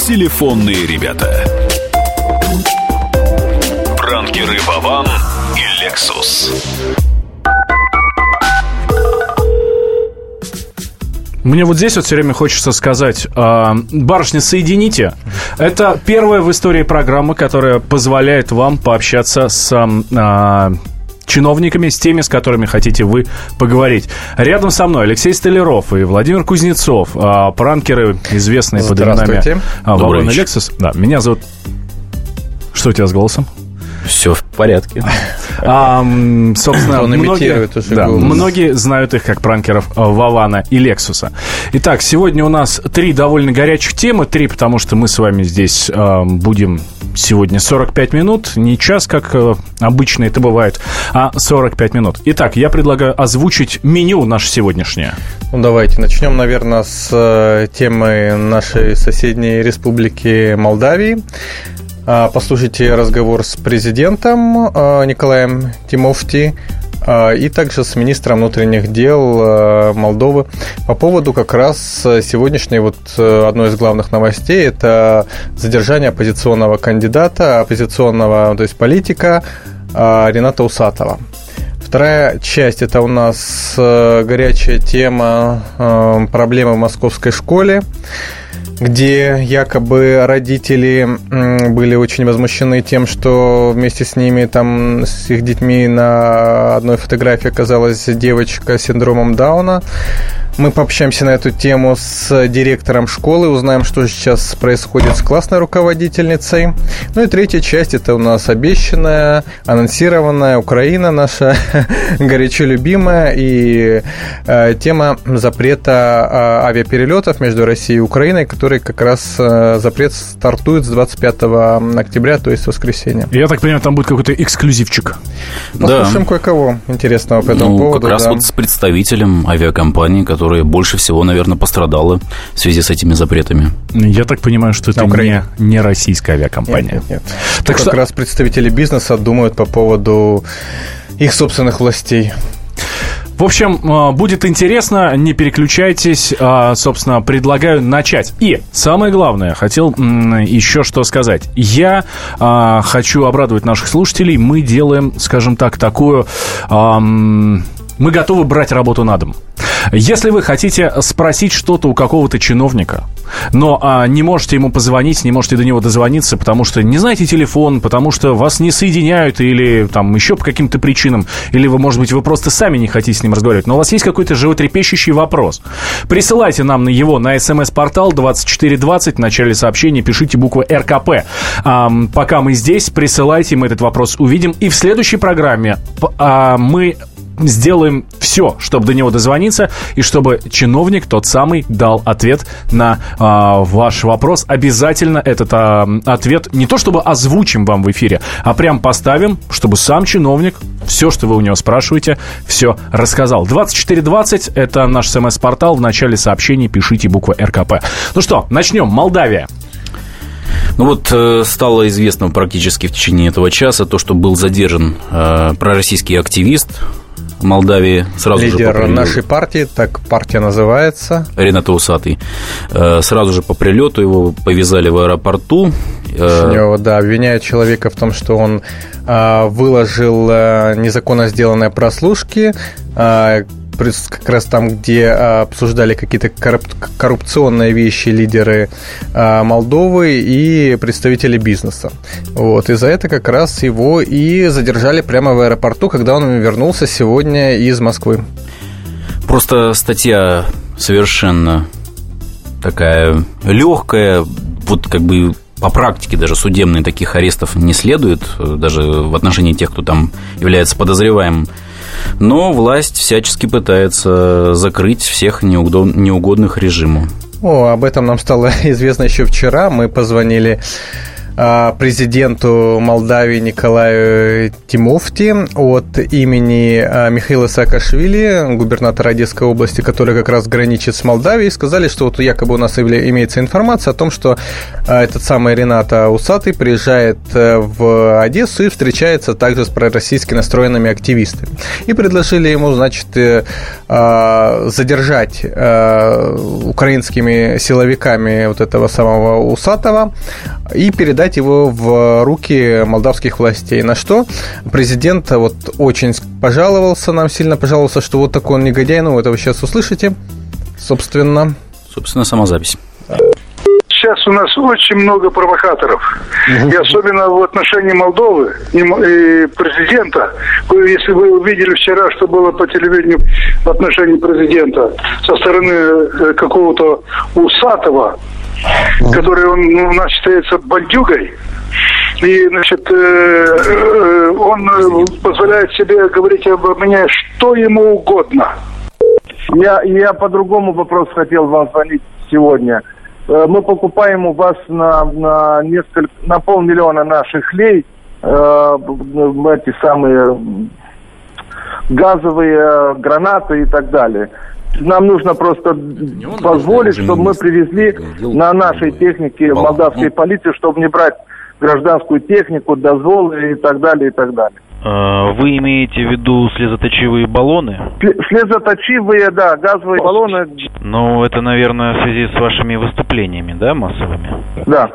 Телефонные ребята. Пранкеры Вован и Лексус. Мне вот здесь вот все время хочется сказать, барышня, соедините. Это первая в истории программа, которая позволяет вам пообщаться с чиновниками, с теми, с которыми хотите вы поговорить. Рядом со мной Алексей Столяров и Владимир Кузнецов, пранкеры, известные под именами Вован и Лексус. Да, меня зовут... Что у тебя с голосом? Все в порядке. Собственно, многие знают их как пранкеров Вована и Лексуса. Итак, сегодня у нас 3 довольно горячих темы. 3, потому что мы с вами здесь будем сегодня 45 минут. Не час, как обычно это бывает, а 45 минут. Итак, я предлагаю озвучить меню наше сегодняшнее. Ну, давайте начнем, наверное, с темы нашей соседней республики Молдавии. Послушайте разговор с президентом Николаем Тимофти и также с министром внутренних дел Молдовы по поводу как раз сегодняшней одной из главных новостей. Это задержание оппозиционного кандидата, то есть политика Рената Усатова. Вторая часть – это у нас горячая тема проблемы в московской школе, где якобы родители были очень возмущены тем, что вместе с ними, там, с их детьми на одной фотографии оказалась девочка с синдромом Дауна. Мы пообщаемся на эту тему с директором школы, узнаем, что сейчас происходит с классной руководительницей. Ну и третья часть – это у нас обещанная, анонсированная Украина наша, горячо любимая, и тема запрета авиаперелетов между Россией и Украиной, который как раз запрет стартует с 25 октября, то есть воскресенья. Я так понимаю, там будет какой-то эксклюзивчик. Послушаем кое-кого интересного по этому поводу. Как раз вот с представителем авиакомпании, которая больше всего, наверное, пострадала в связи с этими запретами. Я так понимаю, что это не российская авиакомпания. Нет. Так что как раз представители бизнеса думают по поводу их собственных властей. В общем, будет интересно, не переключайтесь, собственно, предлагаю начать. И самое главное, хотел еще что сказать. Я хочу обрадовать наших слушателей. Мы делаем, скажем так, такую... Мы готовы брать работу на дом. Если вы хотите спросить что-то у какого-то чиновника, но не можете ему позвонить, не можете до него дозвониться, потому что не знаете телефон, потому что вас не соединяют или там еще по каким-то причинам, или вы, может быть, вы просто сами не хотите с ним разговаривать, но у вас есть какой-то животрепещущий вопрос, присылайте нам на его на смс-портал 2420, в начале сообщения пишите букву РКП. Пока мы здесь, присылайте, мы этот вопрос увидим, и в следующей программе мы... сделаем все, чтобы до него дозвониться, и чтобы чиновник тот самый дал ответ на ваш вопрос. Обязательно этот ответ не то чтобы озвучим вам в эфире, а прям поставим, чтобы сам чиновник все, что вы у него спрашиваете, все рассказал. 2420 – это наш СМС-портал. В начале сообщения пишите букву РКП. Ну что, начнем. Молдавия. Ну вот стало известно практически в течение этого часа то, что был задержан пророссийский активист Молдавии. Лидер нашей партии, так партия называется. Ренат Усатый. Сразу же по прилету его повязали в аэропорту. Кишинева, да, обвиняют человека в том, что он выложил незаконно сделанные прослушки, как раз там, где обсуждали какие-то коррупционные вещи лидеры Молдовы и представители бизнеса. Вот. И за это как раз его и задержали прямо в аэропорту, когда он вернулся сегодня из Москвы. Просто статья совершенно такая легкая, вот как бы по практике даже судебной таких арестов не следует, даже в отношении тех, кто там является подозреваемым. Но власть всячески пытается закрыть всех неугодных режиму. Об этом нам стало известно еще вчера. Мы позвонили президенту Молдавии Николаю Тимофти от имени Михаила Саакашвили, губернатора Одесской области, который как раз граничит с Молдавией, сказали, что вот якобы у нас имеется информация о том, что этот самый Ринат Усатый приезжает в Одессу и встречается также с пророссийски настроенными активистами. И предложили ему, значит, задержать украинскими силовиками вот этого самого Усатого и передать его в руки молдавских властей. На что президент вот очень пожаловался, нам сильно пожаловался, что вот такой он негодяй. Ну, это вы сейчас услышите, собственно. Собственно, сама запись. Сейчас у нас очень много провокаторов. И особенно в отношении Молдовы и президента. Если вы увидели вчера, что было по телевидению в отношении президента со стороны какого-то Усатого, который у нас считается бандюгой. И, значит, он позволяет себе говорить обо мне что ему угодно. Я по другому вопросу хотел вам звонить сегодня. Мы покупаем у вас на 500 000 наших лей эти самые газовые гранаты и так далее. Нам нужно просто позволить, чтобы мы привезли на нашей технике молдавской полиции, чтобы не брать гражданскую технику, дозволы и так далее, и так далее. Вы имеете в виду слезоточивые баллоны? Слезоточивые, да, газовые баллоны. Ну, это, наверное, в связи с вашими выступлениями, да, массовыми? Да.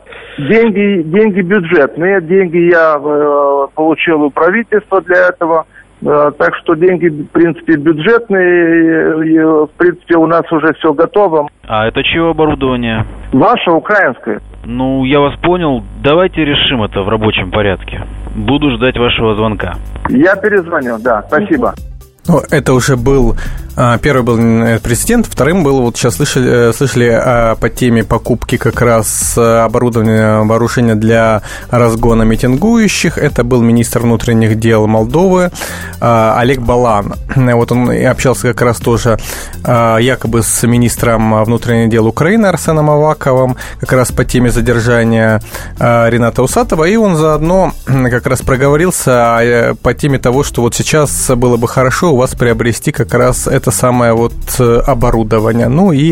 Деньги бюджетные, деньги я получил у правительства для этого. Так что деньги, в принципе, бюджетные, и, в принципе, у нас уже все готово. А это чье оборудование? Ваше, украинское. Ну, я вас понял. Давайте решим это в рабочем порядке. Буду ждать вашего звонка. Я перезвоню, да, спасибо. Ну, это уже был... Первый был президент, вторым был, вот сейчас слышали по теме покупки как раз оборудования, вооружения для разгона митингующих. Это был министр внутренних дел Молдовы Олег Балан. Вот он общался как раз тоже якобы с министром внутренних дел Украины Арсеном Аваковым как раз по теме задержания Рината Усатова. И он заодно как раз проговорился по теме того, что вот сейчас было бы хорошо у вас приобрести как раз это самое вот оборудование. Ну и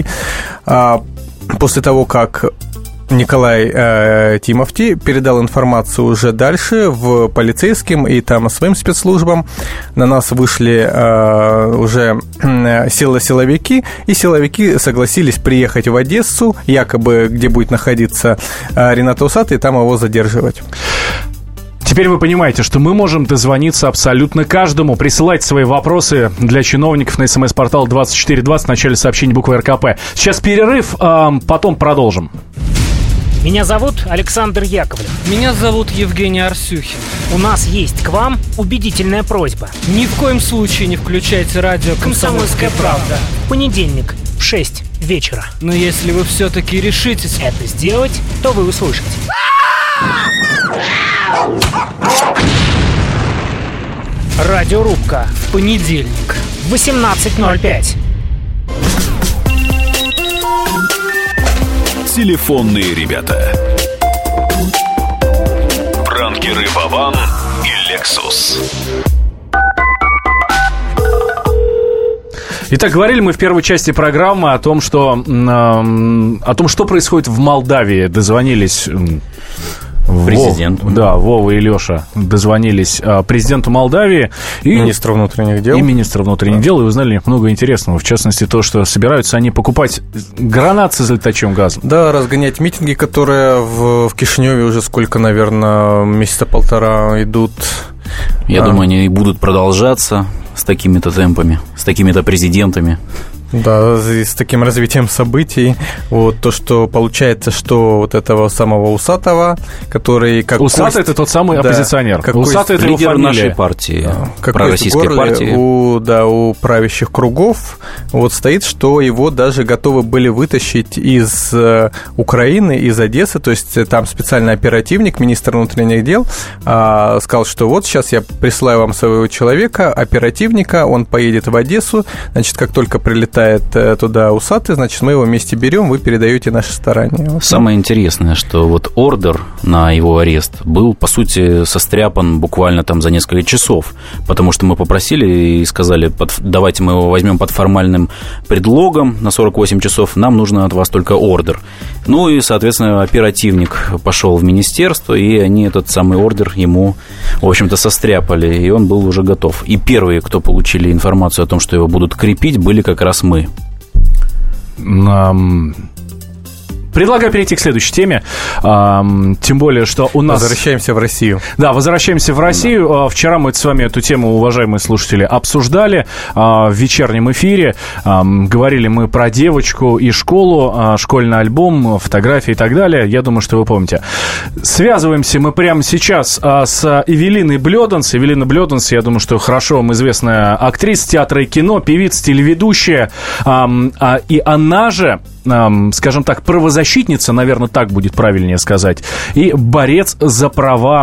после того, как Николай Тимофти передал информацию уже дальше в полицейским и там своим спецслужбам, на нас вышли уже силовики, и силовики согласились приехать в Одессу, якобы где будет находиться Ринат Усатый, и там его задерживать. Теперь вы понимаете, что мы можем дозвониться абсолютно каждому. Присылайте свои вопросы для чиновников на СМС-портал 2420 в начале сообщения буквы РКП. Сейчас перерыв, потом продолжим. Меня зовут Александр Яковлев. Меня зовут Евгений Арсюхин. У нас есть к вам убедительная просьба. Ни в коем случае не включайте радио «Комсомольская правда». В понедельник в 6 вечера. Но если вы все-таки решитесь это сделать, то вы услышите. Радиорубка. В понедельник. В 18:05. Телефонные ребята. Пранкеры Вован и Лексус. Итак, говорили мы в первой части программы о том, что происходит в Молдавии. Дозвонились... Президент. Вова и Леша дозвонились президенту Молдавии и министру внутренних дел. И министру внутренних дел, и узнали много интересного. В частности, то, что собираются они покупать гранаты с излетачевым газом. Да, разгонять митинги, которые в Кишиневе уже сколько, наверное, месяца полтора идут. Я думаю, они и будут продолжаться с такими-то темпами, с такими-то президентами. Да, с таким развитием событий. Вот то, что получается, что вот этого самого Усатого, который как Усатый это тот самый оппозиционер. Усатый это лидер нашей партии, пророссийской партии. У правящих кругов вот стоит, что его даже готовы были вытащить из Украины, из Одессы. То есть там специальный оперативник, министр внутренних дел, сказал, что вот сейчас я присылаю вам своего человека, оперативника, он поедет в Одессу, значит, как только прилетает прилетает туда усатый, значит, мы его вместе берем, вы передаете наши старания. Самое интересное, что вот ордер на его арест был, по сути, состряпан буквально там за несколько часов, потому что мы попросили и сказали, давайте мы его возьмем под формальным предлогом на 48 часов, нам нужно от вас только ордер. Ну и, соответственно, оперативник пошел в министерство, и они этот самый ордер ему, в общем-то, состряпали, и он был уже готов. И первые, кто получили информацию о том, что его будут крепить, были как раз мы. Предлагаю перейти к следующей теме, тем более, что у нас... Возвращаемся в Россию. Да, возвращаемся в Россию. Да. Вчера мы с вами эту тему, уважаемые слушатели, обсуждали в вечернем эфире. Говорили мы про девочку и школу, школьный альбом, фотографии и так далее. Я думаю, что вы помните. Связываемся мы прямо сейчас с Эвелиной Блёданс. Эвелина Блёданс, я думаю, что хорошо вам известная актриса театра и кино, певица, телеведущая. И она же... скажем так, правозащитница, наверное, так будет правильнее сказать, и борец за права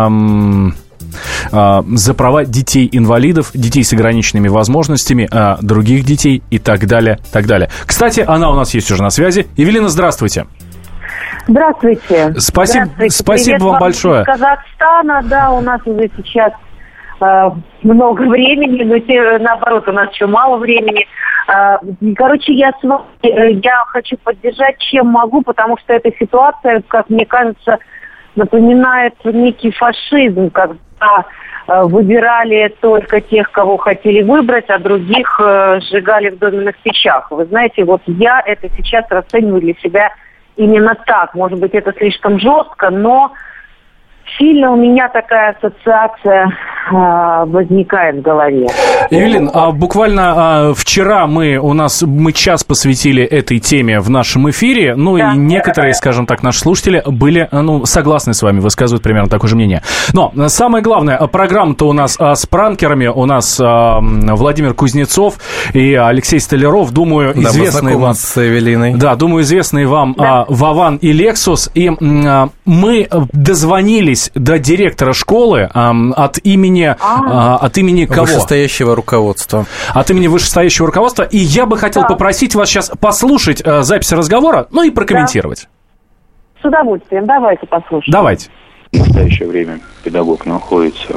детей-инвалидов, детей с ограниченными возможностями, других детей и так далее, так далее. Кстати, она у нас есть уже на связи. Эвелина, здравствуйте. Здравствуйте. Спасибо вам большое. Из Казахстана, да, у нас уже сейчас много времени, но наоборот, у нас еще мало времени. Короче, я хочу поддержать, чем могу, потому что эта ситуация, как мне кажется, напоминает некий фашизм, когда выбирали только тех, кого хотели выбрать, а других сжигали в доменных печах. Вы знаете, вот я это сейчас расцениваю для себя именно так. Может быть, это слишком жестко, но сильно у меня такая ассоциация возникает в голове. Евелин, буквально вчера мы час посвятили этой теме в нашем эфире, да. И некоторые, скажем так, наши слушатели были согласны с вами, высказывают примерно такое же мнение. Но самое главное, программа-то у нас с пранкерами, у нас Владимир Кузнецов и Алексей Столяров, думаю, известные вам... с Эвелиной. Да, думаю, известные вам Вован и Лексус, и мы дозвонились до директора школы от имени кого? Вышестоящего руководства. От имени вышестоящего руководства. И я бы хотел попросить вас сейчас послушать запись разговора, и прокомментировать. С удовольствием. Давайте послушаем. Давайте. В настоящее время педагог находится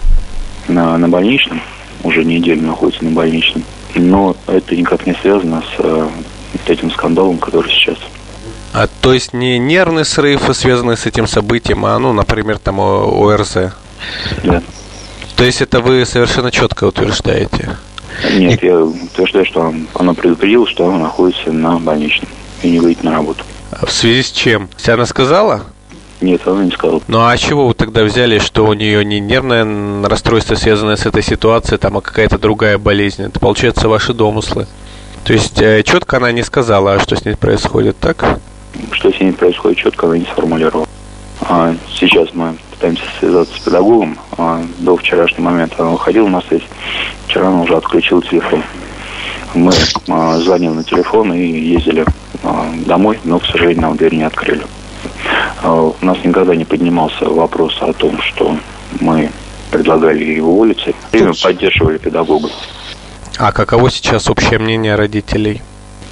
на больничном, уже неделю находится на больничном, но это никак не связано с этим скандалом, который сейчас. То есть не нервный срыв, связанный с этим событием, например, там ОРЗ? Да. То есть это вы совершенно четко утверждаете? Нет, я утверждаю, что она предупредила, что она находится на больничном и не выйдет на работу. В связи с чем? Она сказала? Нет, она не сказала. Ну а чего вы тогда взяли, что у нее не нервное расстройство, связанное с этой ситуацией, а какая-то другая болезнь? Это, получается, ваши домыслы. То есть четко она не сказала, что с ней происходит, так? Что с ней происходит, четко она не сформулировала. Сейчас мы пытаемся связаться с педагогом. До вчерашнего момента она выходила на связь. Вчера она уже отключила телефон. Мы звонили на телефон и ездили домой, но, к сожалению, нам дверь не открыли. У нас никогда не поднимался вопрос о том, что мы предлагали его улице, и мы поддерживали педагога. А каково сейчас общее мнение родителей?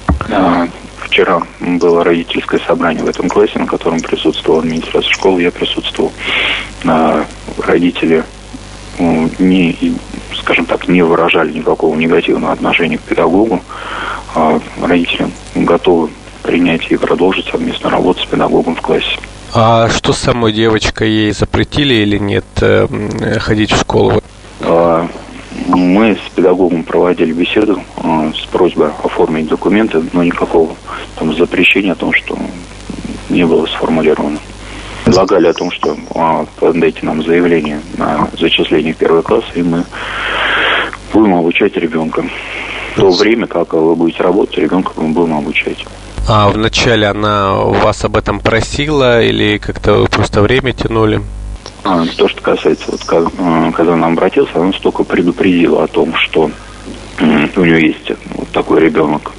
Вчера было родительское собрание в этом классе, на котором присутствовала администрация школы, я присутствовал. Родители не выражали никакого негативного отношения к педагогу. Родители готовы принять и продолжить совместную работу с педагогом в классе. А что с самой девочкой? Ей запретили или нет ходить в школу? Мы с педагогом проводили беседу с просьбой оформить документы, но никакого запрещения о том, что не было сформулировано. Предлагали о том, что подайте нам заявление на зачисление в первый класс, и мы будем обучать ребенка. В то время, как вы будете работать, ребенка мы будем обучать. А вначале она вас об этом просила или как-то вы просто время тянули? То, что касается, когда она обратилась, она нас только предупредила о том, что у нее есть такой ребенок.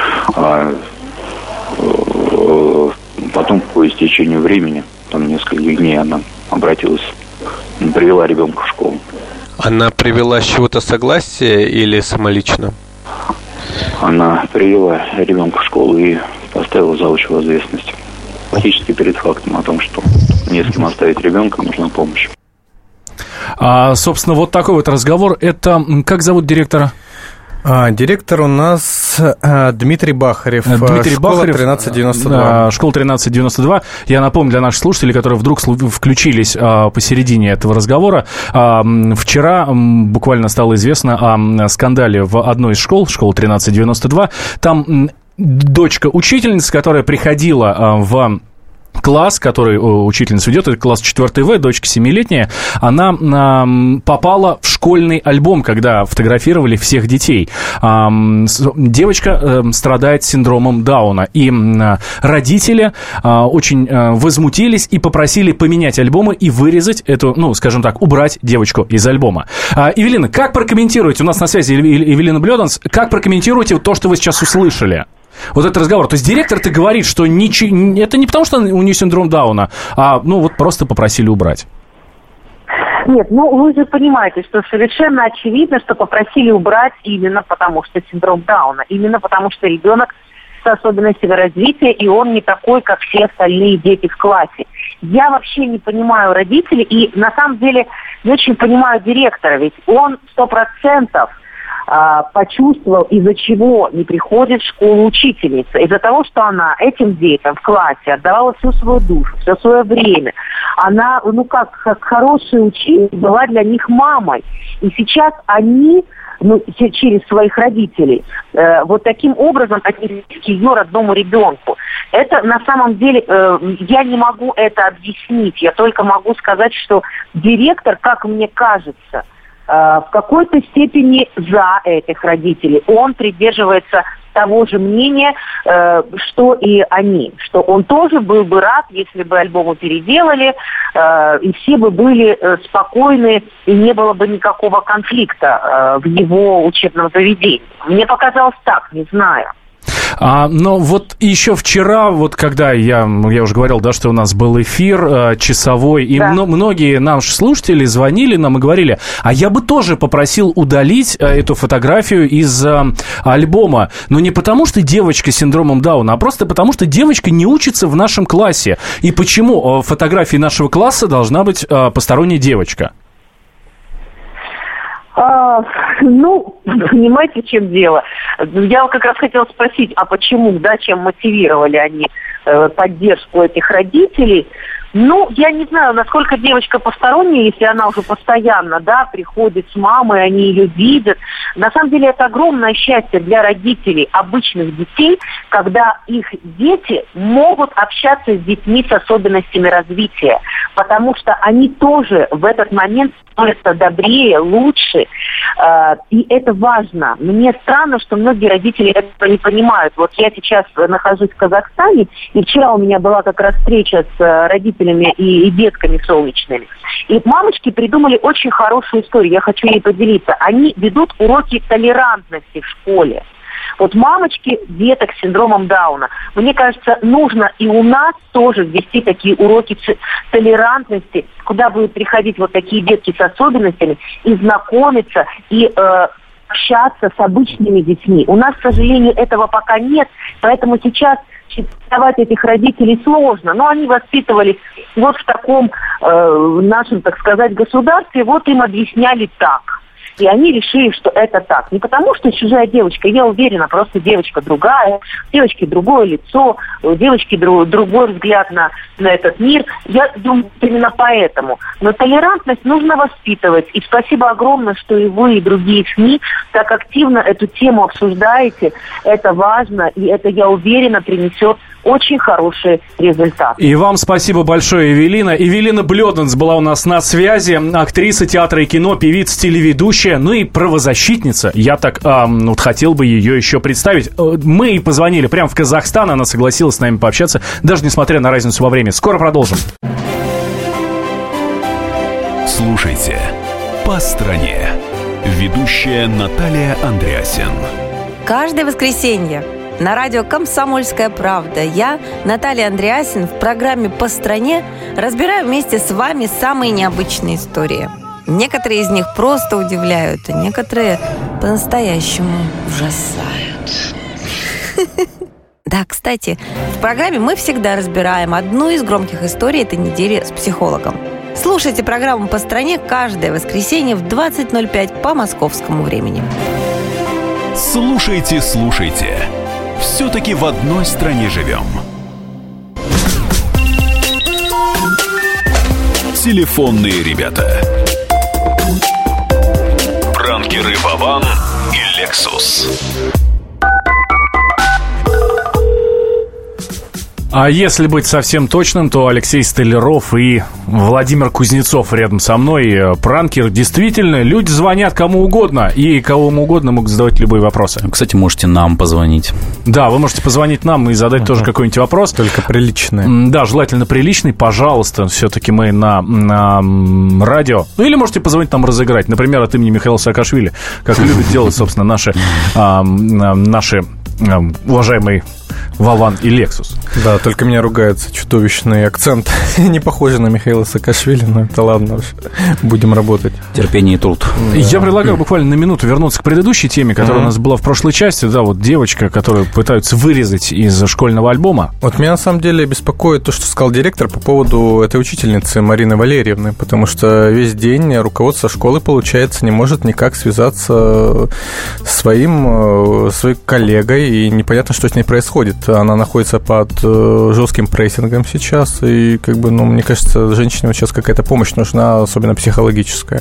Потом, по истечению времени, нескольких дней, она обратилась, привела ребенка в школу. Она привела с чего-то согласие или самолично? она привела ребенка в школу и поставила завуча в известность. Фактически перед фактом о том, что не с кем оставить ребенка, нужна помощь. Собственно, вот такой вот разговор. Это, как зовут директора? Директор у нас Дмитрий Бахарев. Дмитрий школа Бахарев, 1392. Школа 1392. Я напомню для наших слушателей, которые вдруг включились посередине этого разговора. Вчера буквально стало известно о скандале в одной из школ, школа 1392. Там дочка учительницы, которая приходила в класс, который учительница ведет, это класс 4 В, дочка 7-летняя, она попала в школьный альбом, когда фотографировали всех детей. Девочка страдает синдромом Дауна, и родители очень возмутились и попросили поменять альбомы и вырезать эту, ну, скажем так, убрать девочку из альбома. Евелина, как прокомментируете, у нас на связи Евелина Блёданс, как прокомментируете то, что вы сейчас услышали? Вот этот разговор. То есть директор-то говорит, что это не потому, что у нее синдром Дауна, а вот просто попросили убрать. Нет, вы же понимаете, что совершенно очевидно, что попросили убрать именно потому, что синдром Дауна. Именно потому, что ребенок с особенностями развития, и он не такой, как все остальные дети в классе. Я вообще не понимаю родителей, и на самом деле не очень понимаю директора, ведь он 100% почувствовал, из-за чего не приходит в школу учительница. Из-за того, что она этим детям в классе отдавала всю свою душу, все свое время. Она, как хорошая учительница, была для них мамой. И сейчас они, через своих родителей, вот таким образом отнеслись к ее родному ребенку. Это на самом деле, я не могу это объяснить. Я только могу сказать, что директор, как мне кажется, в какой-то степени за этих родителей. Он придерживается того же мнения, что и они. Что он тоже был бы рад, если бы альбомы переделали, и все бы были спокойны, и не было бы никакого конфликта в его учебном заведении. Мне показалось так, не знаю. Но вот еще вчера, когда я уже говорил, да, что у нас был эфир часовой, и многие наши слушатели звонили нам и говорили, а я бы тоже попросил удалить эту фотографию из альбома. Но не потому, что девочка с синдромом Дауна, а просто потому, что девочка не учится в нашем классе. И почему в фотографии нашего класса должна быть посторонняя девочка? Понимаете, в чем дело? Я как раз хотела спросить, а почему, чем мотивировали они поддержку этих родителей? Я не знаю, насколько девочка посторонняя, если она уже постоянно, приходит с мамой, они ее видят. На самом деле это огромное счастье для родителей обычных детей, когда их дети могут общаться с детьми с особенностями развития, потому что они тоже в этот момент становятся добрее, лучше, и это важно. Мне странно, что многие родители этого не понимают. Вот я сейчас нахожусь в Казахстане, и вчера у меня была как раз встреча с родителями и детками солнечными. И мамочки придумали очень хорошую историю, я хочу ей поделиться. Они ведут уроки толерантности в школе. Вот мамочки деток с синдромом Дауна. Мне кажется, нужно и у нас тоже ввести такие уроки толерантности, куда будут приходить вот такие детки с особенностями и знакомиться, и общаться с обычными детьми. У нас, к сожалению, этого пока нет, поэтому сейчас давать этих родителей сложно, но они воспитывались вот в таком нашем, так сказать, государстве, вот им объясняли так. И они решили, что это так. Не потому, что чужая девочка, я уверена, просто девочка другая, у девочки другое лицо, у девочки другой взгляд на этот мир. Я думаю, именно поэтому. Но толерантность нужно воспитывать. И спасибо огромное, что и вы, и другие СМИ так активно эту тему обсуждаете. Это важно, и это, я уверена, принесет очень хороший результат. И вам спасибо большое, Евелина. Евелина Блёданс была у нас на связи, актриса театра и кино, певица, телеведущая, и правозащитница. Я так хотел бы ее еще представить. Мы ей позвонили прямо в Казахстан, она согласилась с нами пообщаться, даже несмотря на разницу во времени. Скоро продолжим. Слушайте «По стране». Ведущая Наталья Андреасен. Каждое воскресенье на радио «Комсомольская правда» я, Наталья Андреасен, в программе «По стране» разбираю вместе с вами самые необычные истории. Некоторые из них просто удивляют, а некоторые по-настоящему ужасают. Да, кстати, в программе мы всегда разбираем одну из громких историй этой недели с психологом. Слушайте программу «По стране» каждое воскресенье в 20:05 по московскому времени. Слушайте, слушайте. Все-таки в одной стране живем. Телефонные ребята. Пранкеры Вован и Лексус. А если быть совсем точным, то Алексей Столяров и Владимир Кузнецов рядом со мной. Пранкер. Действительно, люди звонят кому угодно, и кому угодно могут задавать любые вопросы. Кстати, можете нам позвонить. Да, вы можете позвонить нам и задать тоже какой-нибудь вопрос. Только приличный. Да, желательно приличный. Пожалуйста, все-таки мы на радио. Ну, или можете позвонить нам разыграть. Например, от имени Михаила Саакашвили, как любят делать, собственно, наши уважаемые Вован и Лексус. Да, только меня ругается чудовищный акцент. Не похоже на Михаила Саакашвили, но это ладно уж. Будем работать. Терпение и труд. Да. Я предлагаю буквально на минуту вернуться к предыдущей теме, которая у нас была в прошлой части. Да, вот девочка, которую пытаются вырезать из школьного альбома. Вот меня на самом деле беспокоит то, что сказал директор по поводу этой учительницы Марины Валерьевны, потому что весь день руководство школы, получается, не может никак связаться с своей коллегой, и непонятно, что с ней происходит. Она находится под жестким прессингом сейчас, и, мне кажется, женщине сейчас какая-то помощь нужна, особенно психологическая.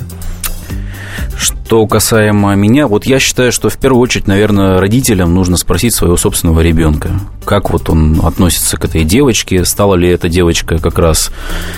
Что касаемо меня, вот я считаю, что в первую очередь, наверное, родителям нужно спросить своего собственного ребенка, как вот он относится к этой девочке, стала ли эта девочка как раз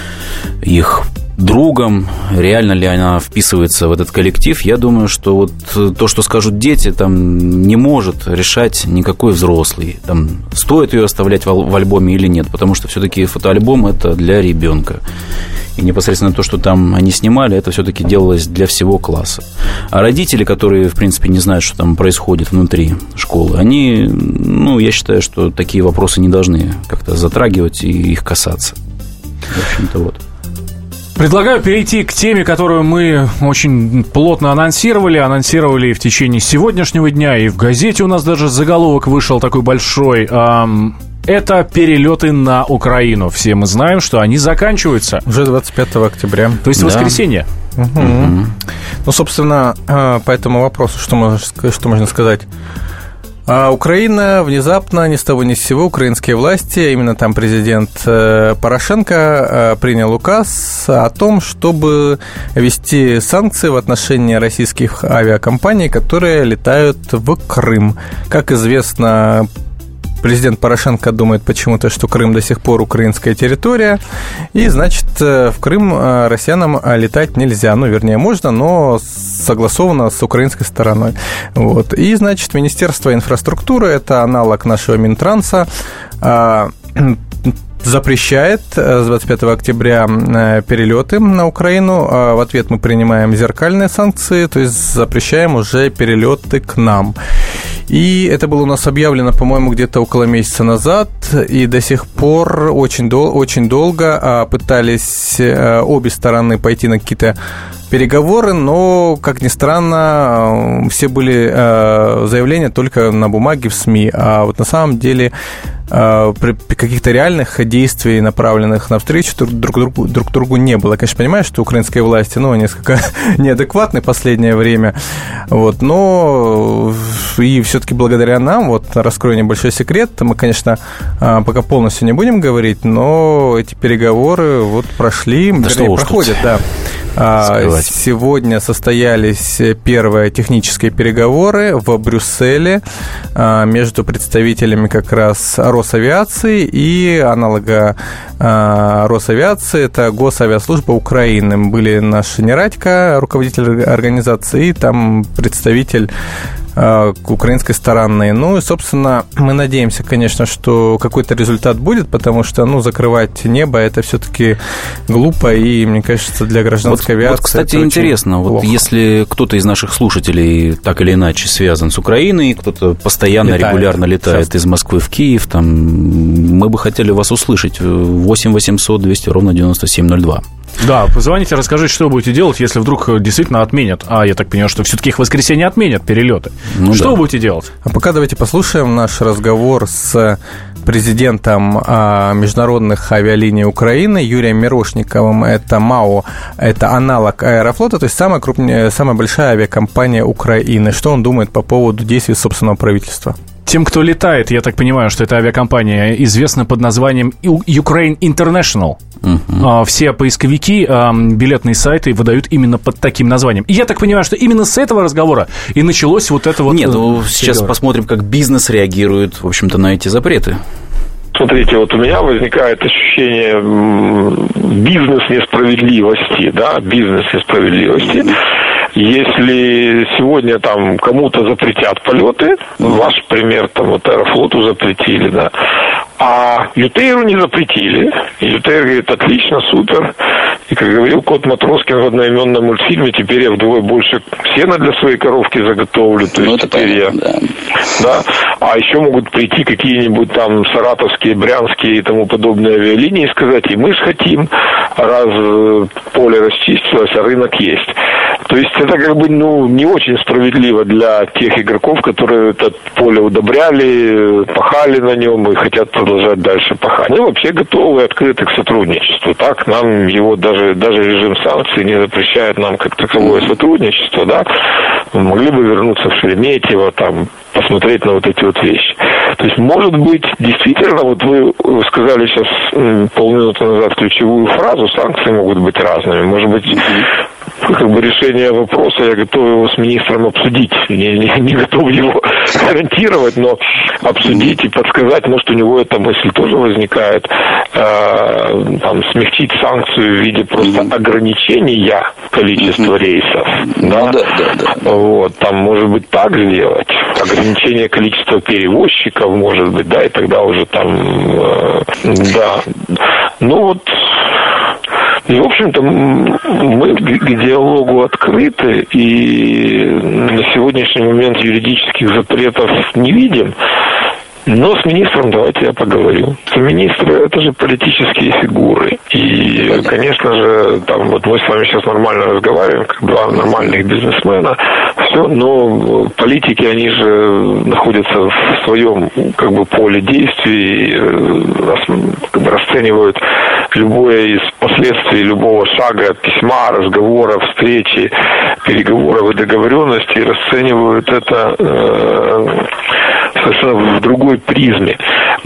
их другом, реально ли она вписывается в этот коллектив. Я думаю, что вот то, что скажут дети, там не может решать никакой взрослый. Там стоит ее оставлять в альбоме или нет, потому что все-таки фотоальбом – это для ребенка. И непосредственно то, что там они снимали, это все-таки делалось для всего класса. А родители, которые, в принципе, не знают, что там происходит внутри школы, они, я считаю, что такие вопросы не должны как-то затрагивать и их касаться. В общем-то, вот. Предлагаю перейти к теме, которую мы очень плотно анонсировали в течение сегодняшнего дня, и в газете у нас даже заголовок вышел такой большой. Это перелеты на Украину. Все мы знаем, что они заканчиваются. Уже 25 октября. То есть воскресенье. Ну, собственно, по этому вопросу что можно сказать? Украина внезапно, ни с того ни с сего, украинские власти, именно там президент Порошенко принял указ о том, чтобы ввести санкции в отношении российских авиакомпаний, которые летают в Крым. Как известно, президент Порошенко думает почему-то, что Крым до сих пор украинская территория, и, значит, в Крым россиянам летать нельзя. Вернее, можно, но согласовано с украинской стороной. Вот. И, значит, Министерство инфраструктуры, это аналог нашего Минтранса, запрещает с 25 октября перелеты на Украину. В ответ мы принимаем зеркальные санкции, то есть запрещаем уже перелеты к нам. И это было у нас объявлено, по-моему, где-то около месяца назад, и до сих пор очень долго пытались обе стороны пойти на какие-то переговоры, но, как ни странно, все были заявления только на бумаге в СМИ, а вот на самом деле при каких-то реальных действий, направленных навстречу друг другу не было. Конечно, понимаю, что украинские власти, несколько неадекватны в последнее время, вот, но и все-таки благодаря нам, вот, раскрою небольшой секрет, мы, конечно, пока полностью не будем говорить, но эти переговоры вот прошли, проходят, да. Сегодня состоялись первые технические переговоры в Брюсселе между представителями как раз Росавиации и аналога Росавиации, это Госавиаслужба Украины. Были наш Нерадько, руководитель организации, и там представитель украинской стороны. И, собственно, мы надеемся, конечно, что какой-то результат будет, потому что, закрывать небо, это все-таки глупо, и, мне кажется, для гражданской авиации. Вот, кстати, интересно, вот если кто-то из наших слушателей так или иначе связан с Украиной, кто-то постоянно, регулярно летает из Москвы в Киев, мы бы хотели вас услышать. 8 800 200 ровно 9702. Да, позвоните, расскажите, что вы будете делать, если вдруг действительно отменят. Я так понимаю, что все-таки их в воскресенье отменят перелеты. Что вы будете делать? А пока давайте послушаем наш разговор с президентом международных авиалиний Украины Юрием Мирошниковым. Это МАО, это аналог Аэрофлота, то есть самая большая авиакомпания Украины. Что он думает по поводу действий собственного правительства? Тем, кто летает, я так понимаю, что эта авиакомпания известна под названием Ukraine International. Все поисковики, билетные сайты выдают именно под таким названием. И я так понимаю, что именно с этого разговора и началось вот это вот... Нет, сейчас посмотрим, как бизнес реагирует, в общем-то, на эти запреты. Смотрите, вот у меня возникает ощущение бизнес-несправедливости, да, бизнес-несправедливости. Если сегодня там кому-то запретят полеты, ваш пример, там вот Аэрофлоту запретили, да, а ЮТЭЙРу не запретили. И ЮТЭЙР говорит, отлично, супер. И, как говорил Кот Матроскин в одноименном мультфильме, теперь я вдвое больше сена для своей коровки заготовлю. То есть теперь я... Да. А еще могут прийти какие-нибудь там саратовские, брянские и тому подобные авиалинии и сказать, и мы же хотим, раз поле расчистилось, а рынок есть. То есть это как бы, не очень справедливо для тех игроков, которые это поле удобряли, пахали на нем и хотят продолжать дальше пахать. Мы вообще готовы и открыты к сотрудничеству. Так, нам его даже режим санкций не запрещает нам как таковое сотрудничество, да. Мы могли бы вернуться в Шереметьево, там, посмотреть на вот эти вот вещи. То есть, может быть, действительно, вот вы сказали сейчас полминуты назад ключевую фразу, санкции могут быть разными. Может быть, как бы решение вопроса, я готов его с министром обсудить. Не готов его гарантировать, но обсудить и подсказать, может, у него эта мысль тоже возникает. Там, смягчить санкцию в виде просто ограничения количества рейсов. Да? Вот, там, может быть, так сделать. Ограничение количества перевозчиков, может быть, да, и тогда уже там, да. Ну вот, и, в общем-то, мы к диалогу открыты, и на сегодняшний момент юридических запретов не видим. Но с министром давайте я поговорю. Министры – это же политические фигуры. И, конечно же, там вот мы с вами сейчас нормально разговариваем, как два нормальных бизнесмена, все, но политики, они же находятся в своем как бы поле действий, как бы расценивают любое из последствий любого шага, письма, разговора, встречи, переговоров и договоренностей, расценивают это совершенно в другой призме.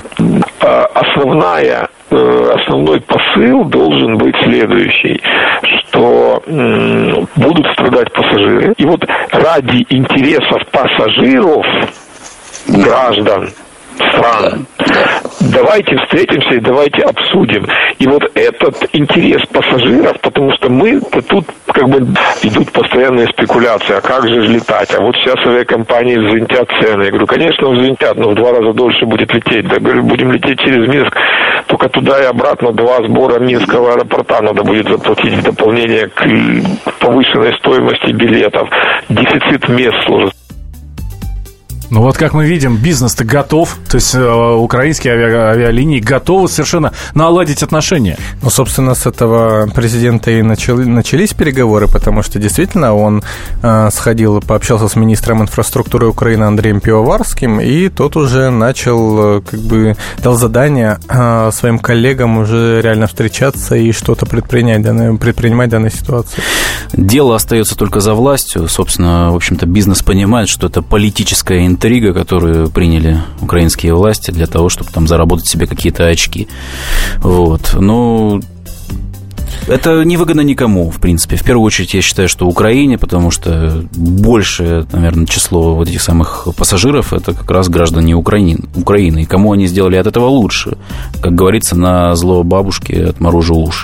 Основной посыл должен быть следующий, что будут страдать пассажиры. И вот ради интересов пассажиров, граждан, стран, давайте встретимся и давайте обсудим. И вот этот интерес пассажиров, потому что мы-то тут как бы идут постоянные спекуляции, а как же летать? А вот сейчас авиакомпании взвинтят цены. Я говорю, конечно, взвинтят, но в 2 раза дольше будет лететь. Да, говорю, будем лететь через Минск, только туда и обратно 2 сбора Минского аэропорта надо будет заплатить в дополнение к повышенной стоимости билетов. Дефицит мест сложится. Ну вот как мы видим, бизнес-то готов, то есть украинские авиалинии готовы совершенно наладить отношения. Ну, собственно, с этого президента и начались переговоры, потому что действительно он сходил, пообщался с министром инфраструктуры Украины Андреем Пивоварским, и тот уже начал, как бы, дал задание своим коллегам уже реально встречаться и что-то предпринимать в данной ситуации. Дело остается только за властью. Собственно, в общем-то, бизнес понимает, что это политическая интрига, которую приняли украинские власти для того, чтобы там заработать себе какие-то очки. Вот. Но это невыгодно никому, в принципе. В первую очередь, я считаю, что Украине, потому что большее, наверное, число вот этих самых пассажиров – это как раз граждане Украины. И кому они сделали от этого лучше? Как говорится, на зло бабушки отморожу уши.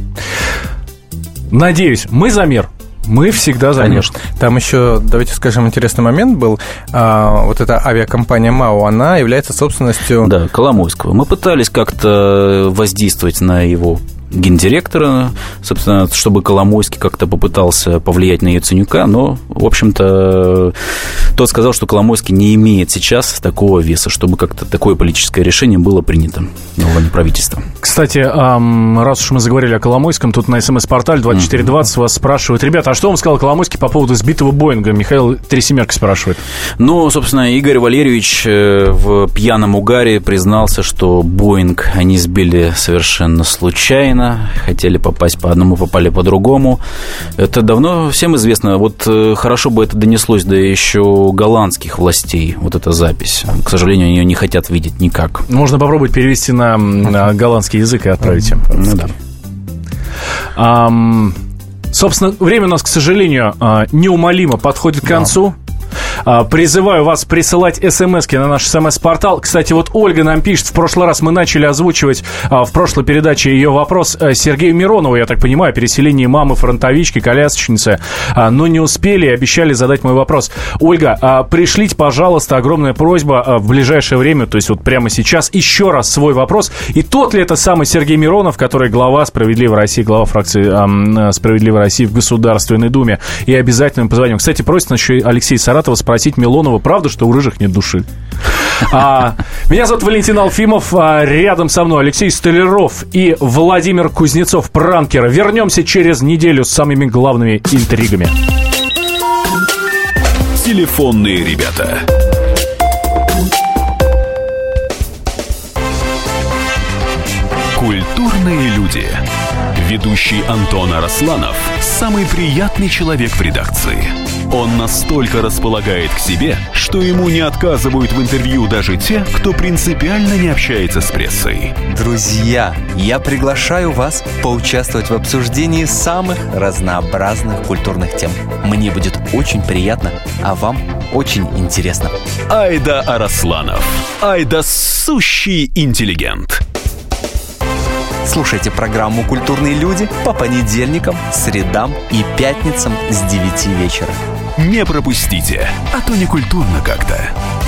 Надеюсь, мы за мир. Мы всегда за мир. Там еще, давайте скажем, интересный момент был. Вот эта авиакомпания МАО, она является собственностью... Да, Коломойского. Мы пытались как-то воздействовать на его гендиректора, собственно, чтобы Коломойский как-то попытался повлиять на Яценюка, но, в общем-то, тот сказал, что Коломойский не имеет сейчас такого веса, чтобы как-то такое политическое решение было принято на уровне правительства. Кстати, раз уж мы заговорили о Коломойском, тут на СМС-портале 2420 вас спрашивают: ребята, а что вам сказал Коломойский по поводу сбитого Боинга? Михаил 37 спрашивает. Ну, собственно, Игорь Валерьевич в пьяном угаре признался, что Боинг они сбили совершенно случайно, хотели попасть по одному, попали по другому. Это давно всем известно. Вот хорошо бы это донеслось до еще голландских властей, вот эта запись. К сожалению, они ее не хотят видеть никак. Можно попробовать перевести на голландский язык и отправить им. Собственно, время у нас, к сожалению, неумолимо подходит к концу. Призываю вас присылать смски на наш смс-портал. Кстати, вот Ольга нам пишет: в прошлый раз мы начали озвучивать в прошлой передаче ее вопрос Сергею Миронову, я так понимаю, о переселении мамы фронтовички, колясочницы, но не успели и обещали задать мой вопрос. Ольга, пришлите, пожалуйста, огромная просьба в ближайшее время, то есть вот прямо сейчас, еще раз свой вопрос. И тот ли это самый Сергей Миронов, который глава «Справедливой России», глава фракции «Справедливой России» в Государственной Думе. И обязательно мы позвоним. Кстати, просит нас еще Алексей Саратова спросить Милонова, правда, что у рыжих нет души? Меня зовут Валентин Алфимов, рядом со мной Алексей Столяров и Владимир Кузнецов, пранкеры. Вернемся через неделю с самыми главными интригами. Телефонные ребята. Культурные люди. Ведущий Антон Арасланов – самый приятный человек в редакции. Он настолько располагает к себе, что ему не отказывают в интервью даже те, кто принципиально не общается с прессой. Друзья, я приглашаю вас поучаствовать в обсуждении самых разнообразных культурных тем. Мне будет очень приятно, а вам очень интересно. Айда Арасланов. Айда сущий интеллигент. Слушайте программу «Культурные люди» по понедельникам, средам и пятницам с 9 вечера. Не пропустите, а то не культурно как-то.